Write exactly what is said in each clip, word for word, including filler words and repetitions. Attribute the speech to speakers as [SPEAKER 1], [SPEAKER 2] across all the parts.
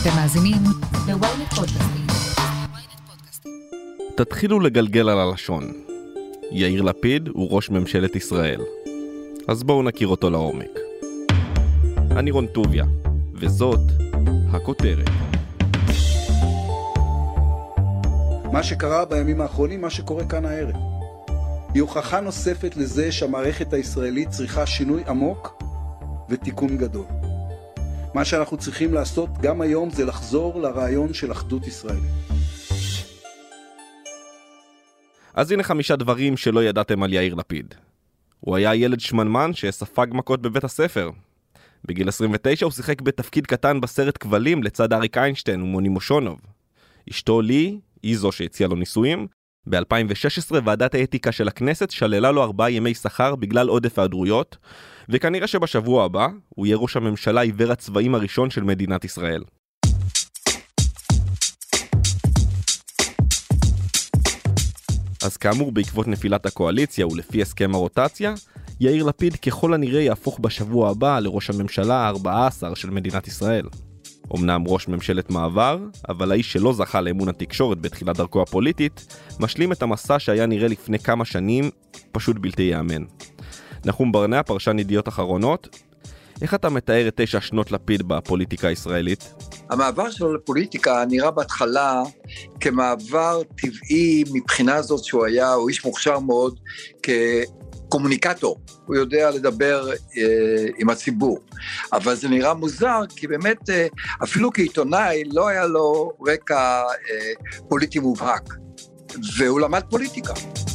[SPEAKER 1] אתם מאזינים ל-ynet פודקאסטים.
[SPEAKER 2] תתחילו לגלגל על הלשון. יאיר לפיד הוא ראש ממשלת ישראל. אז בואו נכיר אותו לעומק. אני רון טוביה, וזאת הכותרת.
[SPEAKER 3] מה שקרה בימים האחרונים, מה שקורה כאן הערב, היא הוכחה נוספת לזה שהמערכת הישראלית צריכה שינוי עמוק ותיקון גדול. מה שאנחנו צריכים לעשות גם היום זה לחזור לרעיון של אחדות ישראלית.
[SPEAKER 2] אז הנה חמישה דברים שלא ידעתם על יאיר לפיד. הוא היה ילד שמנמן שספג מכות בבית הספר. בגיל עשרים ותשע הוא שיחק בתפקיד קטן בסרט כבלים לצד אריק איינשטיין ומוני מושונוב. אשתו לי היא זו שהציעה לו נישואים. ב-אלפיים ושש עשרה ועדת האתיקה של הכנסת שללה לו ארבעה ימי שכר בגלל עודף היעדרויות, וכנראה שבשבוע הבא הוא יהיה ראש הממשלה עיוור הצבעים הראשון של מדינת ישראל. אז כאמור, בעקבות נפילת הקואליציה ולפי הסכם הרוטציה, יאיר לפיד ככל הנראה יהפוך בשבוע הבא לראש הממשלה ה-ארבע עשרה של מדינת ישראל. אמנם ראש ממשלת מעבר, אבל האיש שלא זכה לאמון התקשורת בתחילת דרכו הפוליטית, משלים את המסע שהיה נראה לפני כמה שנים פשוט בלתי יאמן. נחום ברנע, פרשן ידיעות אחרונות, איך אתה מתאר את תשע שנות לפיד בפוליטיקה הישראלית?
[SPEAKER 4] המעבר שלו לפוליטיקה נראה בהתחלה כמעבר טבעי מבחינה זאת שהוא היה, הוא איש מוכשר מאוד כקומוניקטור, הוא יודע לדבר אה, עם הציבור, אבל זה נראה מוזר כי באמת אה, אפילו כעיתונאי לא היה לו רקע אה, פוליטי מובהק, והוא למד פוליטיקה.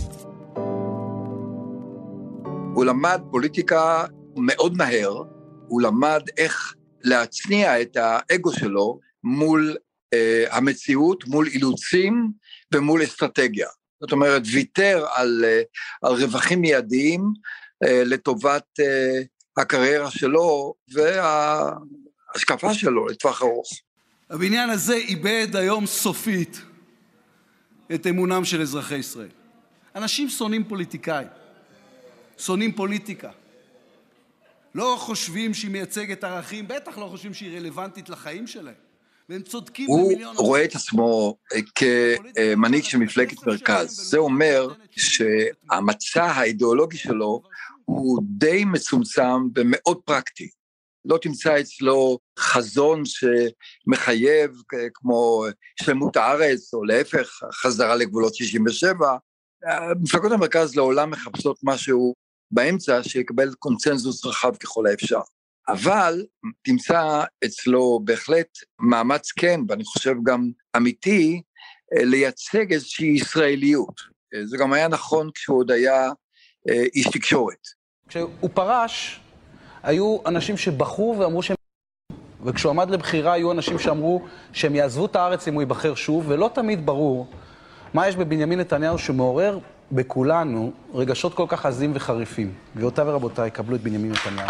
[SPEAKER 4] הוא למד פוליטיקה מאוד מהר, הוא למד איך להצניע את האגו שלו מול אה, המציאות, מול אילוצים ומול אסטרטגיה. זאת אומרת, ויתר על, אה, על רווחים מיידיים אה, לטובת אה, הקריירה שלו וההשקפה שלו לטווח ארוך.
[SPEAKER 5] הבניין הזה איבד היום סופית את אמונם של אזרחי ישראל. אנשים שונאים פוליטיקאים, שונאים פוליטיקה. לא חושבים שהיא מייצגת ערכים, בטח לא חושבים שהיא רלוונטית לחיים שלהם. והם צודקים במיליון...
[SPEAKER 4] הוא רואה את עצמו כמנהיג של מפלגת מרכז. זה אומר שהמצע האידיאולוגי שלו הוא די מצומצם ומאוד פרקטי. לא תמצא אצלו חזון שמחייב כמו שלמות הארץ, או להפך, חזרה לגבולות שישים ושבע. מפלגות המרכז לעולם מחפשות משהו באמצע שיקבל קונצנזוס רחב ככל האפשר. אבל תמצא אצלו בהחלט מאמץ כן, ואני חושב גם אמיתי, לייצג איזושהי ישראליות. זה גם היה נכון כשהוא עוד היה איש תקשורת.
[SPEAKER 6] כשהוא פרש, היו אנשים שבחרו ואמרו שהם... וכשהוא עמד לבחירה, היו אנשים שאמרו שהם יעזבו את הארץ אם הוא ייבחר שוב, ולא תמיד ברור מה יש בבנימין נתניהו שמעורר בכולנו רגשות כל כך עזים וחריפים. גבירותיי ורבותיי, קבלו את בנימין נתניהו.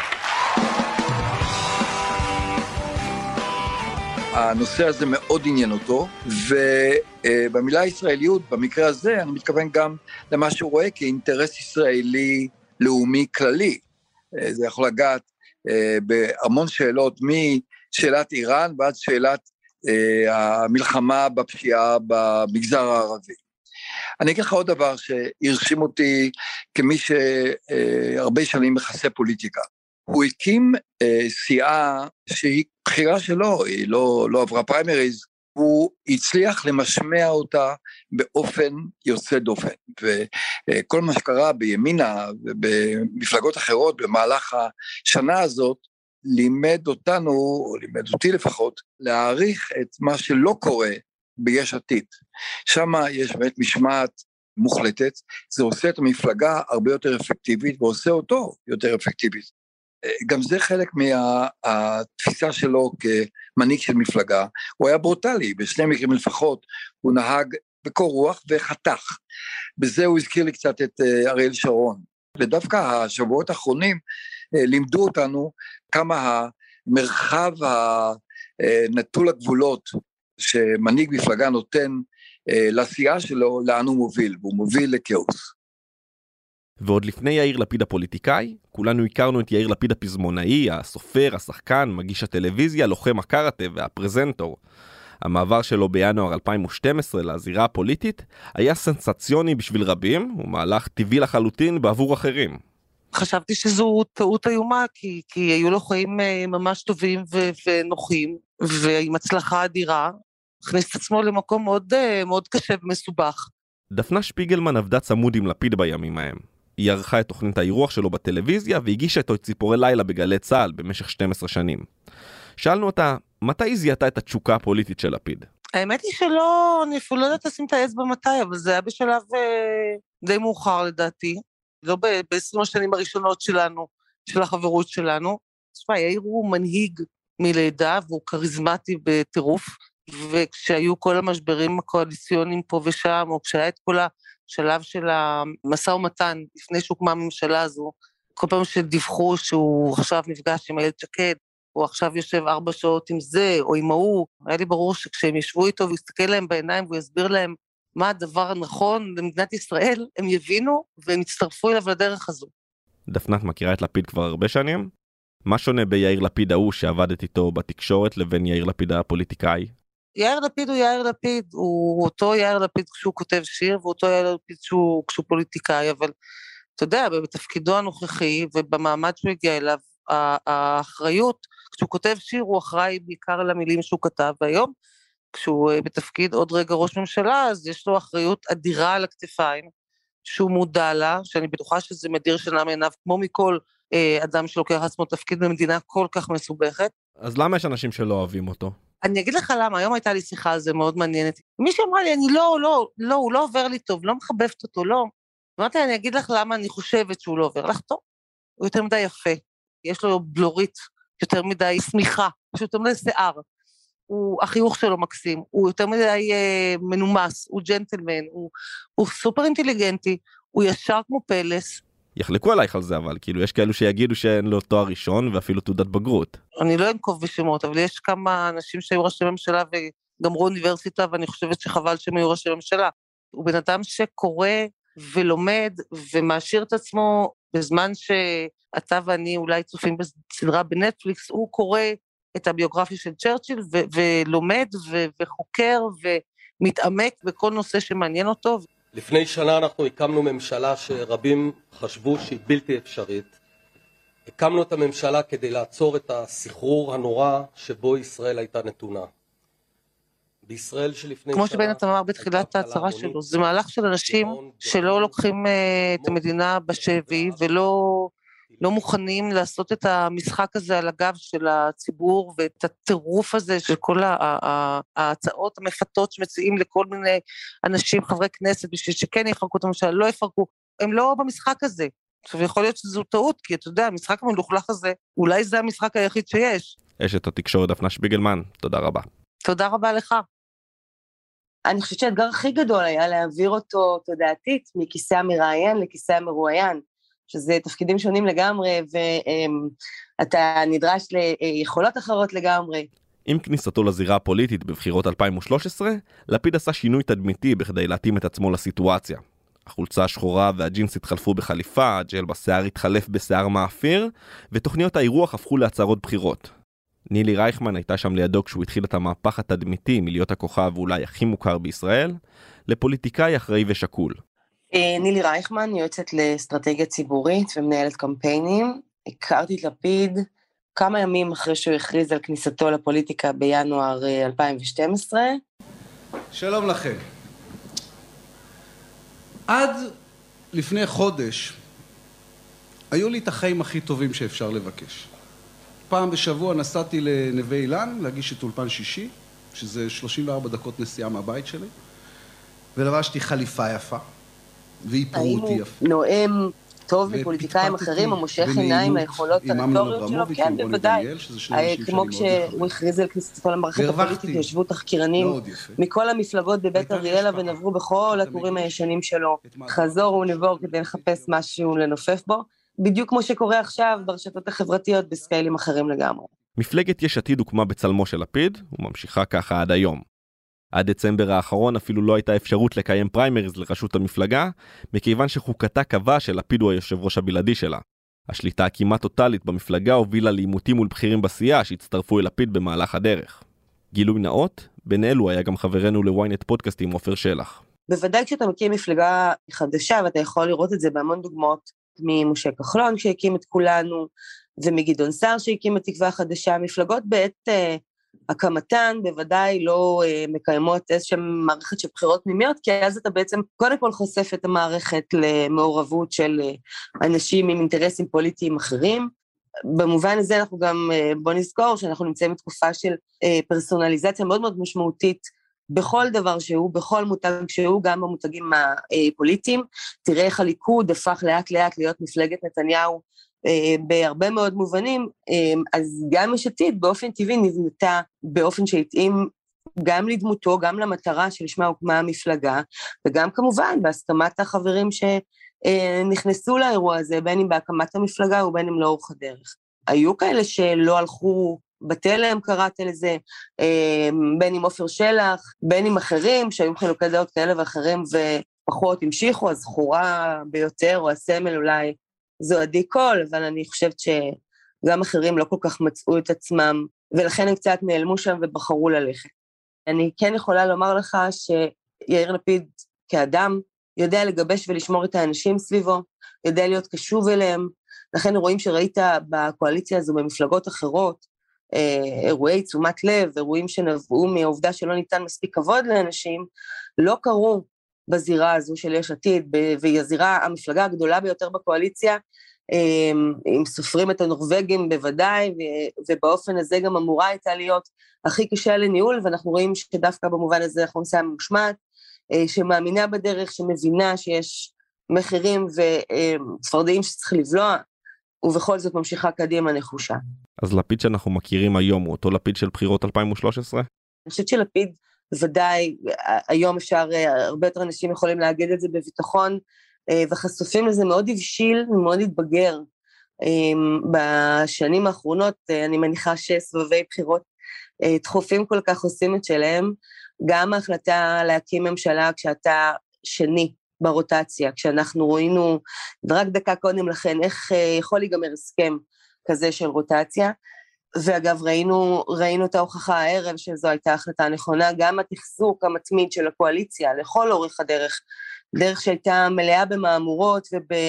[SPEAKER 4] הנושא הזה מאוד עניין אותו, ובמילה ישראליות, במקרה הזה, אני מתכוון גם למה שהוא רואה כאינטרס ישראלי לאומי כללי. זה יכול לגעת בהמון שאלות, משאלת איראן ועד שאלת המלחמה בפשיעה במגזר הערבי. אני אגיד לך עוד דבר שהרשים אותי כמי שהרבה שנים מכסה פוליטיקה. הוא הקים סיעה שהיא בחירה שלו, היא לא, לא עברה פריימריז, הוא הצליח למשמע אותה באופן יוצא דופן. וכל מה שקרה בימינה ובמפלגות אחרות במהלך השנה הזאת, לימד אותנו, או לימד אותי לפחות, להעריך את מה שלא קורה ביש עתיד. שם יש באמת משמעת מוחלטת, זה עושה את המפלגה הרבה יותר אפקטיבית, ועושה אותו יותר אפקטיבית. גם זה חלק מהתפיסה שלו כמנהיג של מפלגה, הוא היה ברוטלי, בשני מקרים לפחות, הוא נהג בקור רוח וחתך. בזה הוא הזכיר לי קצת את אריאל שרון. ודווקא השבועות האחרונים לימדו אותנו כמה המרחב הנטול הגבולות, שמנהיג מפלגה נותן לעשייה שלו, לאן הוא מוביל, והוא מוביל לכאוס.
[SPEAKER 2] ועוד לפני יאיר לפיד הפוליטיקאי, כולנו הכרנו את יאיר לפיד הפזמונאי, הסופר, השחקן, מגיש הטלוויזיה, לוחם הקראטה והפרזנטור. המעבר שלו בינואר אלפיים ושתים עשרה לזירה הפוליטית היה סנסציוני בשביל רבים, ומהלך טבעי לחלוטין בעבור אחרים.
[SPEAKER 7] חשבתי שזו טעות איומה, כי, כי היו לו חיים ממש טובים ו- ונוחים, ועם הצלחה אדירה, הכניס את עצמו למקום מאוד, מאוד קשה ומסובך.
[SPEAKER 2] דפנה שפיגלמן עבדה צמוד עם לפיד בימים ההם. היא ערכה את תוכנית האירוח שלו בטלוויזיה, והגישה איתו את ציפורי לילה בגלי צהל במשך שתים עשרה שנים. שאלנו אותה, מתי היא זיהתה את התשוקה הפוליטית של לפיד?
[SPEAKER 7] האמת היא שלא, אני אפילו לא יודעת לשים את האצבע מתי, אבל זה היה בשלב אה, די מאוחר לדעתי. לא ב-עשרים השנים הראשונות שלנו, של החברות שלנו. תשמע, יאיר הוא מנהיג מלידה, והוא קריזמטי בטירוף, וכשהיו כל המשברים הקואליציוניים פה ושם, או כשהיה את כל השלב של המשא ומתן, לפני שהוקמה הממשלה הזו, כל פעם שדיווחו שהוא עכשיו נפגש עם איילת שקד, או עכשיו יושב ארבע שעות עם זה, או עם ההוא, היה לי ברור שכשהם ישבו איתו, ויסתכל להם בעיניים, והוא יסביר להם מה הדבר הנכון למדינת ישראל, הם יבינו, והם יצטרפו אליו לדרך הזו.
[SPEAKER 2] דפנת מכירה את לפיד כבר הרבה שנים? מה שונה ביאיר לפיד ההוא שעבדת איתו בתקשורת, לבין יאיר לפיד הפוליטיקאי?
[SPEAKER 7] יאיר לפיד הוא יאיר לפיד, הוא אותו יאיר לפיד כשהוא כותב שיר, ואותו יאיר לפיד כשהוא, כשהוא פוליטיקאי, אבל אתה יודע, בתפקידו הנוכחי, ובמעמד שהוא הגיע אליו, האחריות, כשהוא כותב שיר, הוא אחראי בעיקר על המילים שהוא כתב, והיום, כשהוא בתפקיד עוד רגע ראש ממשלה, אז יש לו אחריות אדירה על הכתפיים, שהוא מודע לה, שאני בטוחה שזה מדיר שינה מעיניו, כמו מכל אה, אדם שלוקח עצמו תפקיד במדינה כל כך מסובכת.
[SPEAKER 2] אז למה יש אנשים שלא אוהבים אותו?
[SPEAKER 7] אני אגיד לך למה, היום הייתה לי שיחה על זה מאוד מעניינת. מישהו אמרה לי, אני לא, לא, לא, הוא לא עובר לי טוב, לא מחבבת אותו, לא. אמרתי, אני אגיד לך למה אני חושבת שהוא לא עובר לך טוב. הוא יותר מדי יפה, יש לו בלורית, יותר מדי סמיכה, יש יותר מדי שיער. הוא, החיוך שלו מקסים, הוא יותר מדי אה, מנומס, הוא ג'נטלמן, הוא, הוא סופר אינטליגנטי, הוא ישר כמו פלס.
[SPEAKER 2] יחלקו עלייך על זה, אבל כאילו יש כאלו שיגידו שאין לו תואר ראשון ואפילו תעודת בגרות.
[SPEAKER 7] אני לא אנקוב בשמות, אבל יש כמה אנשים שהיו ראשי ממשלה וגמרו אוניברסיטה, ואני חושבת שחבל שהם היו ראשי ממשלה. הוא בן אדם שקורא ולומד ומעשיר את עצמו בזמן שאתה ואני אולי צופים בסדרה בנטפליקס, הוא קורא את הביוגרפיה של צ'רצ'יל ו- ולומד ו- וחוקר ומתעמק בכל נושא שמעניין אותו.
[SPEAKER 8] לפני שנה אנחנו הקמנו ממשלה שרבים חשבו שהיא בלתי אפשרית. הקמנו את הממשלה כדי לעצור את הסחרור הנורא שבו ישראל הייתה נתונה. בישראל שלפני
[SPEAKER 7] כמו
[SPEAKER 8] שנה...
[SPEAKER 7] כמו שבנט אמר בתחילת ההצהרה שלו, זה מהלך של אנשים שלא לוקחים את המדינה בשבי ולא לא מוכנים לעשות את המשחק הזה על הגב של הציבור ואת הטירוף הזה של כל ההצעות המפתות שמציעים לכל מיני אנשים, חברי כנסת, בשביל שכן יפרקו את הממשלה, לא יפרקו, הם לא במשחק הזה. עכשיו יכול להיות שזו טעות, כי אתה יודע, המשחק המלוכלך הזה, אולי זה המשחק היחיד שיש.
[SPEAKER 2] אשת התקשורת דפנה שפיגלמן, תודה רבה.
[SPEAKER 7] תודה רבה לך.
[SPEAKER 9] אני חושבת שהאתגר הכי גדול היה להעביר אותו תודעתית מכיסא המראיין לכיסא המרואיין, שזה תפקידים שונים לגמרי, ואתה נדרש ליכולות אחרות לגמרי.
[SPEAKER 2] עם כניסתו לזירה הפוליטית בבחירות אלפיים ושלוש עשרה, לפיד עשה שינוי תדמיתי בכדי להתאים את עצמו לסיטואציה. החולצה השחורה והג'ינס התחלפו בחליפה, הג'ל בשיער התחלף בשיער מאפיר, ותוכניות האירוח הפכו להצהרות בחירות. נילי רייכמן הייתה שם לידו כשהוא התחיל את המהפך התדמיתי מלהיות הכוכב ואולי הכי מוכר בישראל, לפוליטיקאי אחראי ושקול.
[SPEAKER 9] נילי רייכמן, יועצת לאסטרטגיה ציבורית ומנהלת קמפיינים. הכרתי את לפיד כמה ימים אחרי שהוא הכריז על כניסתו לפוליטיקה בינואר אלפיים ושתים עשרה.
[SPEAKER 5] שלום לכם. עד לפני חודש היו לי את החיים הכי טובים שאפשר לבקש. פעם בשבוע נסעתי לנווה אילן להגיש את אולפן שישי, שזה שלושים וארבע דקות נסיעה מהבית שלי, ולבשתי חליפה יפה, ואיפרו אותי יפה.
[SPEAKER 9] האם הוא נואם טוב מפוליטיקאים אחרים, או מושך עיניים ליכולות הרטוריות שלו? כן, בוודאי. כמו כשהוא הכריז על כניסתו למערכת הפוליטית, ישבו תחקירנים מכל המפלגות בבית אריאלה, ונעברו בכל הטורים הישנים שלו, חזור ונבור כדי לחפש משהו לנופף בו, בדיוק כמו שקורה עכשיו ברשתות החברתיות בסקיילים אחרים לגמרי.
[SPEAKER 2] מפלגת יש עתיד הוקמה בצלמו של לפיד, וממשיכה ככה עד היום. עד דצמבר האחרון אפילו לא הייתה אפשרות לקיים פריימריז לראשות המפלגה, מכיוון שחוקתה קבע שלפיד הוא היושב ראש הבלעדי שלה. השליטה הכמעט טוטלית במפלגה הובילה לעימותים מול בכירים בסיעה שהצטרפו אל לפיד במהלך הדרך. גילוי נאות, בין אלו היה גם חברנו לוויינט פודקאסטים עופר שלח.
[SPEAKER 9] בוודאי כשאתה מקים מפלגה חדשה, ואתה יכול לראות את זה בהמון דוגמאות, ממשה כחלון שהקים את כולנו, ומגדעון סער שהקים את תקווה חדשה, מפלגות בעת uh, הקמתן בוודאי לא uh, מקיימות איזושהי מערכת של בחירות פנימיות, כי אז אתה בעצם קודם כל חושף את המערכת למעורבות של uh, אנשים עם אינטרסים פוליטיים אחרים. במובן הזה אנחנו גם, uh, בוא נזכור שאנחנו נמצאים בתקופה של uh, פרסונליזציה מאוד מאוד משמעותית, בכל דבר שהוא, בכל מותג שהוא, גם במותגים הפוליטיים. תראה איך הליכוד הפך לאט לאט להיות מפלגת נתניהו בהרבה מאוד מובנים, אז גם יש עתיד באופן טבעי נבנתה באופן שהתאים גם לדמותו, גם למטרה שלשמה הוקמה המפלגה, וגם כמובן בהסכמת החברים שנכנסו לאירוע הזה, בין אם בהקמת המפלגה ובין אם לאורך הדרך. היו כאלה שלא הלכו בתלם, קראת לזה, בין עם עופר שלח, בין עם אחרים, שהיו חילוקי דעות כאלה ואחרים, ופחות המשיכו, הזכורה ביותר, או הסמל אולי, זו עדי קול, אבל אני חושבת שגם אחרים לא כל כך מצאו את עצמם, ולכן הם קצת נעלמו שם ובחרו ללכת. אני כן יכולה לומר לך שיאיר לפיד כאדם, יודע לגבש ולשמור את האנשים סביבו, יודע להיות קשוב אליהם, לכן רואים שראית בקואליציה הזו במפלגות אחרות, אירועי תשומת לב, אירועים שנבעו מהעובדה שלא ניתן מספיק כבוד לאנשים, לא קרו בזירה הזו של יש עתיד, והיא הזירה, המפלגה הגדולה ביותר בקואליציה, אם סופרים את הנורווגים בוודאי, ובאופן הזה גם אמורה הייתה להיות הכי קשה לניהול, ואנחנו רואים שדווקא במובן הזה החומסה מושמעת, שמאמינה בדרך, שמבינה שיש מחירים וצפרדעים שצריך לבלוע, ובכל זאת ממשיכה קדימה נחושה.
[SPEAKER 2] אז לפיד שאנחנו מכירים היום הוא אותו לפיד של בחירות אלפיים ושלוש עשרה?
[SPEAKER 9] אני חושבת שלפיד ודאי, היום אפשר, הרבה יותר אנשים יכולים להגיד את זה בביטחון, וחשופים לזה מאוד הבשיל ומאוד התבגר. בשנים האחרונות, אני מניחה שסבבי בחירות דחופים כל כך עושים את שלהם, גם ההחלטה להקים ממשלה כשאתה שני ברוטציה, כשאנחנו רואים, ורק דקה קודם לכן, איך יכול להיגמר הסכם כזה של רוטציה, ואגב ראינו, ראינו את ההוכחה הערב שזו הייתה החלטה נכונה, גם התחזוק המתמיד של הקואליציה לכל אורך הדרך, דרך שהייתה מלאה במאמורות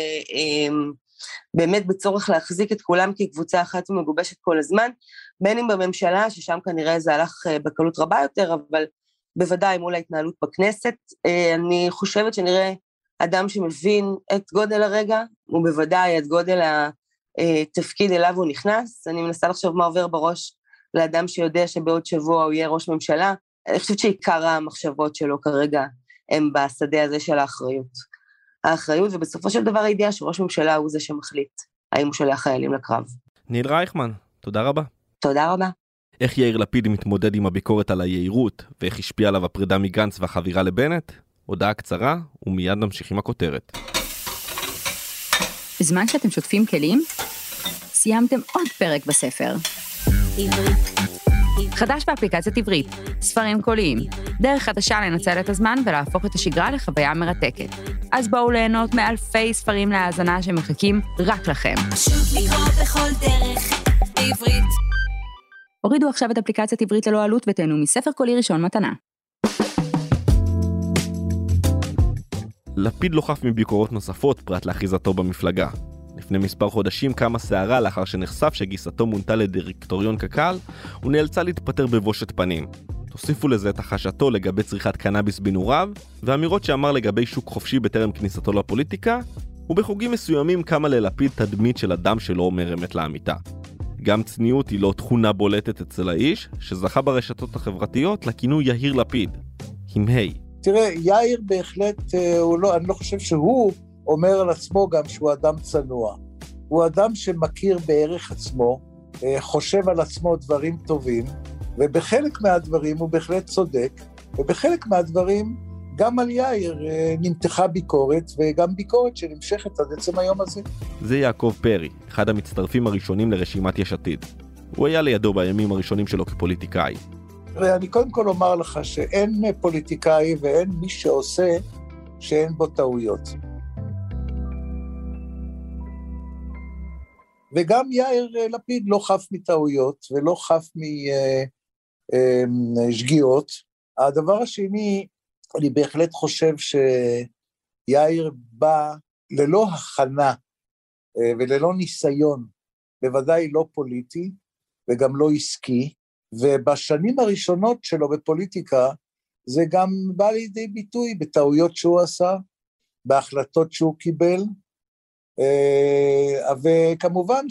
[SPEAKER 9] ובאמת בצורך להחזיק את כולם כקבוצה אחת ומגובשת כל הזמן, בין אם בממשלה, ששם כנראה זה הלך בקלות רבה יותר, אבל בוודאי מול ההתנהלות בכנסת. אני חושבת שנראה אדם שמבין את גודל הרגע, ובוודאי את גודל התפקיד אליו הוא נכנס. אני מנסה לחשוב מה עובר בראש לאדם שיודע שבעוד שבוע הוא יהיה ראש ממשלה. אני חושבת שעיקר המחשבות שלו כרגע הם בשדה הזה של האחריות. האחריות, ובסופו של דבר הידיעה שראש ממשלה הוא זה שמחליט האם הוא שולח חיילים לקרב.
[SPEAKER 2] ניל רייכמן, תודה רבה.
[SPEAKER 9] תודה רבה.
[SPEAKER 2] איך יאיר לפיד מתמודד עם הביקורת על היעירות, ואיך השפיע עליו הפרידה מגנץ והחבירה לבנט? הודעה קצרה, ומיד נמשיך עם הכותרת.
[SPEAKER 10] בזמן שאתם שוטפים כלים, סיימתם עוד פרק בספר. עברית. חדש באפליקציית עברית, ספרים קוליים, דרך חדשה לנצל את הזמן ולהפוך את השגרה לחוויה מרתקת. אז בואו ליהנות מאלפי ספרים להאזנה שמחכים רק לכם. פשוט לקרוא בכל דרך, עברית. הורידו עכשיו את אפליקציית עברית ללא עלות ותהנו מספר קולי ראשון מתנה.
[SPEAKER 2] לפיד לא חף מביקורות נוספות פרט לאחיזתו במפלגה. לפני מספר חודשים קמה סערה לאחר שנחשף שגיסתו מונתה לדירקטוריון קק"ל, הוא נאלצה להתפטר בבושת פנים. תוסיפו לזה את החשתו לגבי צריכת קנאביס בנעוריו, ואמירות שאמר לגבי שוק חופשי בטרם כניסתו לפוליטיקה, ובחוגים מסוימים קמה ללפיד תדמית של אדם שלא אומר אמת לאמיתה. גם צניעות היא לא תכונה בולטת אצל האיש, שזכה ברשתות החברתיות לכינוי יאיר לפיד, עם היי.
[SPEAKER 11] תראה, יאיר בהחלט, הוא לא, אני לא חושב שהוא אומר על עצמו גם שהוא אדם צנוע. הוא אדם שמכיר בערך עצמו, חושב על עצמו דברים טובים, ובחלק מהדברים הוא בהחלט צודק, ובחלק מהדברים גם על יאיר נמתחה ביקורת, וגם ביקורת שנמשכת עד עצם היום הזה.
[SPEAKER 2] זה יעקב פרי, אחד המצטרפים הראשונים לרשימת יש עתיד. הוא היה לידו בימים הראשונים שלו כפוליטיקאי.
[SPEAKER 11] ואני קודם כל אומר לך שאין פוליטיקאי ואין מי שעושה שאין בו טעויות. וגם יאיר לפיד לא חף מטעויות ולא חף משגיאות. הדבר השני, אני בהחלט חושב שיאיר בא ללא הכנה וללא ניסיון, בוודאי לא פוליטי וגם לא עסקי, ובשנים הראשונות שלו בפוליטיקה, זה גם בא לידי ביטוי בטעויות שהוא עשה, בהחלטות שהוא קיבל, וכמובן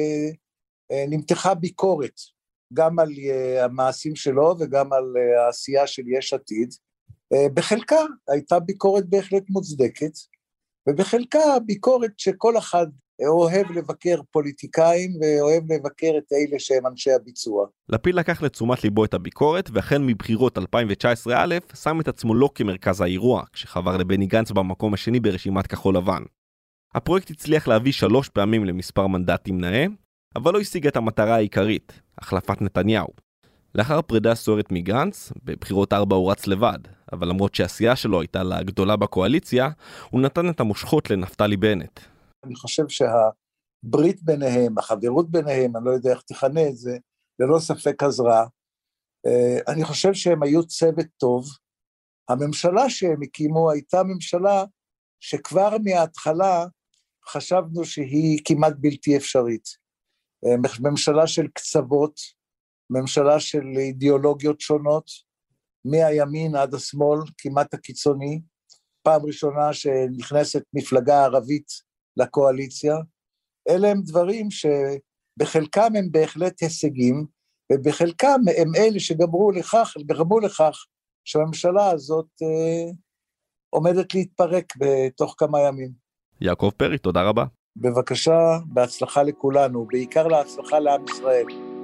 [SPEAKER 11] שנמתחה ביקורת, גם על המעשים שלו וגם על העשייה של יש עתיד. בחלקה הייתה ביקורת בהחלט מוצדקת, ובחלקה ביקורת שכל אחד אוהב לבקר פוליטיקאים ואוהב לבקר את אלה שהם אנשי הביצוע.
[SPEAKER 2] לפיד לקח לתשומת ליבו את הביקורת, והחל מבחירות אלפיים תשע עשרה א' שם את עצמו לא כמרכז האירוע, כשחבר לבני גנץ במקום השני ברשימת כחול לבן. הפרויקט הצליח להביא שלוש פעמים למספר מנדטים נאה, אבל לא השיג את המטרה העיקרית, החלפת נתניהו. לאחר פרידה סוערת מגנץ, בבחירות ארבע הוא רץ לבד, אבל למרות שהעשייה שלו הייתה לגדולה בקואליציה, הוא נתן את המושכות לנפתלי בנט.
[SPEAKER 11] אני חושב שהברית ביניהם, החברות ביניהם, אני לא יודע איך תכנה את זה, ללא ספק עזרה. אני חושב שהם היו צוות טוב. הממשלה שהם הקימו הייתה ממשלה שכבר מההתחלה חשבנו שהיא כמעט בלתי אפשרית. ממשלה של קצוות, ממשלה של אידיאולוגיות שונות, מהימין עד השמאל, כמעט הקיצוני, פעם ראשונה שנכנסת מפלגה ערבית לקואליציה. אלה הם דברים שבחלקם הם בהחלט הישגים, ובחלקם הם אלה שגמרו לכך, גרמו לכך שהממשלה הזאת אה, עומדת להתפרק בתוך כמה ימים.
[SPEAKER 2] יעקב פרי, תודה רבה.
[SPEAKER 11] בבקשה, בהצלחה לכולנו, בעיקר להצלחה לעם ישראל.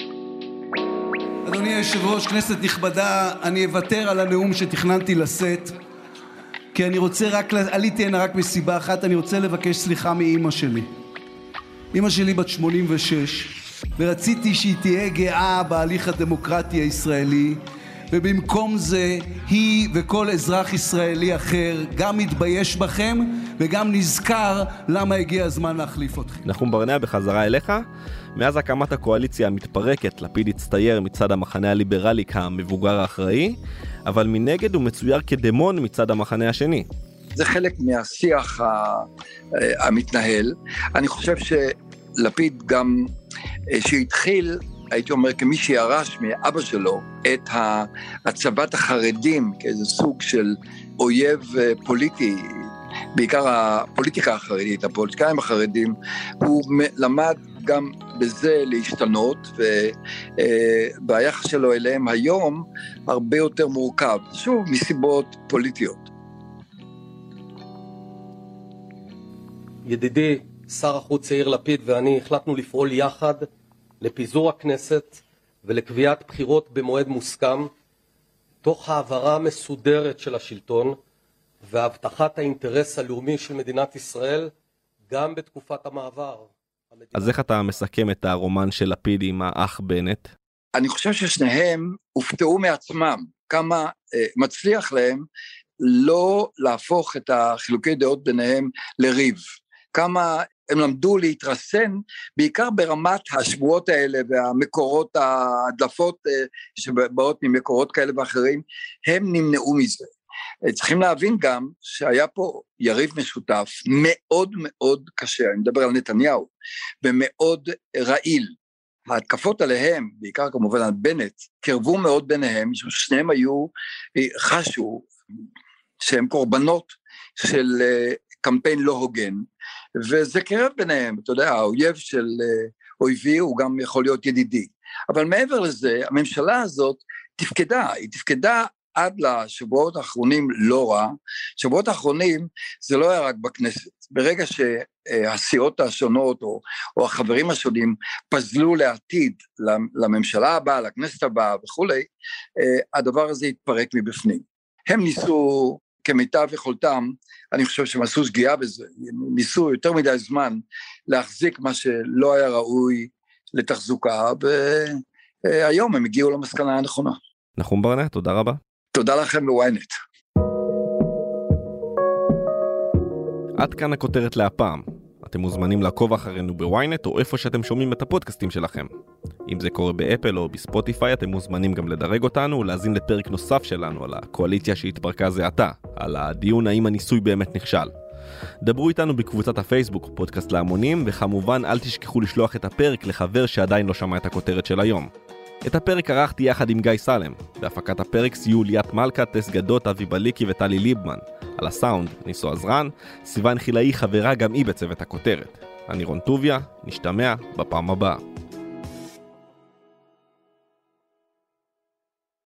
[SPEAKER 5] אדוני היושב ראש, כנסת נכבדה, אני אוותר על הנאום שתכננתי לשאת, כי אני רוצה רק, עליתי הנה רק מסיבה אחת, אני רוצה לבקש סליחה מאמא שלי. אמא שלי בת שמונים ושש, ורציתי שהיא תהיה גאה בהליך הדמוקרטי הישראלי, ובמקום זה היא וכל אזרח ישראלי אחר גם מתבייש בכם וגם נזכר למה הגיע הזמן להחליף אתכם.
[SPEAKER 2] נחום ברנע, בחזרה אליך. מאז הקמת הקואליציה המתפרקת, לפיד הצטייר מצד המחנה הליברלי כמבוגר האחראי, אבל מנגד הוא מצויר כדמון מצד המחנה השני.
[SPEAKER 4] זה חלק מהשיח המתנהל. אני חושב שלפיד גם שהתחיל, הייתי אומר, כמי שירש מאבא שלו את הצבת החרדים כאיזה סוג של אויב פוליטי, בעיקר הפוליטיקה החרדית, הפוליטיקאים החרדים, הוא למד גם בזה להשתנות, וביחס שלו אליהם היום הרבה יותר מורכב, שוב, מסיבות פוליטיות.
[SPEAKER 8] ידידי, שר החוץ יאיר לפיד ואני החלטנו לפעול יחד לפיזור הכנסת ולקביעת בחירות במועד מוסכם, תוך העברה מסודרת של השלטון והבטחת האינטרס הלאומי של מדינת ישראל גם בתקופת המעבר.
[SPEAKER 2] אז איך אתה מסכם את הרומן של לפיד עם האח בנט?
[SPEAKER 4] אני חושב ששניהם הופתעו מעצמם, כמה אה, מצליח להם לא להפוך את החילוקי דעות ביניהם לריב. כמה הם למדו להתרסן, בעיקר ברמת השבועות האלה והמקורות, ההדלפות שבאות ממקורות כאלה ואחרים, הם נמנעו מזה. צריכים להבין גם שהיה פה יריב משותף מאוד מאוד קשה, אני מדבר על נתניהו, ומאוד רעיל. ההתקפות עליהם, בעיקר כמובן על בנט, קרבו מאוד ביניהם, שניהם היו, חשו שהם קורבנות של קמפיין לא הוגן, וזה קרב ביניהם, אתה יודע, האויב של אויבי הוא גם יכול להיות ידידי. אבל מעבר לזה, הממשלה הזאת תפקדה, היא תפקדה עד לשבועות האחרונים לא רע. שבועות האחרונים זה לא היה רק בכנסת. ברגע שהסיעות השונות או, או החברים השונים פזלו לעתיד לממשלה הבאה, לכנסת הבאה וכו', הדבר הזה התפרק מבפנים. הם ניסו כמיטב יכולתם, אני חושב שהם עשו שגיאה בזה, ניסו יותר מדי זמן להחזיק מה שלא היה ראוי לתחזוקה, והיום הם הגיעו למסקנה הנכונה.
[SPEAKER 2] נחום ברנע, תודה רבה.
[SPEAKER 4] תודה לכם לוויינט.
[SPEAKER 2] עד כאן הכותרת להפעם. אתם מוזמנים לעקוב אחרינו בוויינט או איפה שאתם שומעים את הפודקאסטים שלכם. אם זה קורה באפל או בספוטיפיי, אתם מוזמנים גם לדרג אותנו ולהזין לפרק נוסף שלנו על הקואליציה שהתפרקה זה עתה, על הדיון האם הניסוי באמת נכשל. דברו איתנו בקבוצת הפייסבוק פודקאסט להמונים, וכמובן אל תשכחו לשלוח את הפרק לחבר שעדיין לא שמע את הכותרת של היום. את הפרק ערכתי יחד עם גיא סלם. בהפקת הפרק סייעו ליאת מלכה, טס גדות, אבי בליקי וטלי ליבמן. על הסאונד, ניסו עזרן, סיוון חילאי חברה גם היא בצוות הכותרת. אני רון טוביה, נשתמע בפעם הבאה.